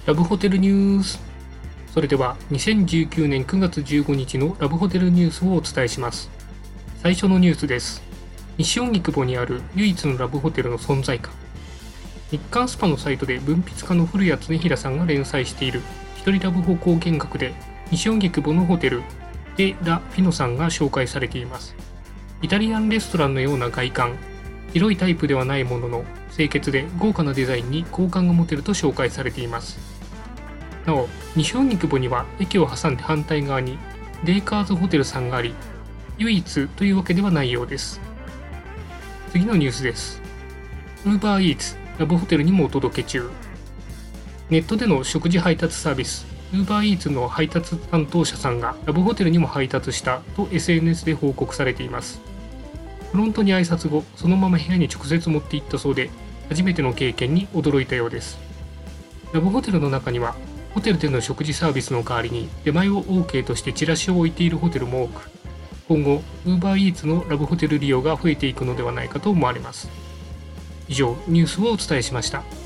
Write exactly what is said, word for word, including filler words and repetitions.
ラブホテルニュース。それではにせんじゅうきゅうねんくがつじゅうごにちのラブホテルニュースをお伝えします。最初のニュースです。西荻窪にある唯一のラブホテルの存在感。日刊スパのサイトで文筆家の古谷恒平さんが連載している一人ラブホ工見学で、西荻窪のホテルデ・ラ・フィノさんが紹介されています。イタリアンレストランのような外観、広いタイプではないものの清潔で豪華なデザインに好感が持てると紹介されています。なお、西荻窪には駅を挟んで反対側にレイカーズホテルさんがあり、唯一というわけではないようです。次のニュースです。 Uber Eats ラブホテルにもお届け中。ネットでの食事配達サービス Uber Eats の配達担当者さんがラブホテルにも配達したと エスエヌエス で報告されています。フロントに挨拶後、そのまま部屋に直接持って行ったそうで、初めての経験に驚いたようです。ラブホテルの中には、ホテルでの食事サービスの代わりに出前を オーケー としてチラシを置いているホテルも多く、今後 Uber Eats のラブホテル利用が増えていくのではないかと思われます。以上、ニュースをお伝えしました。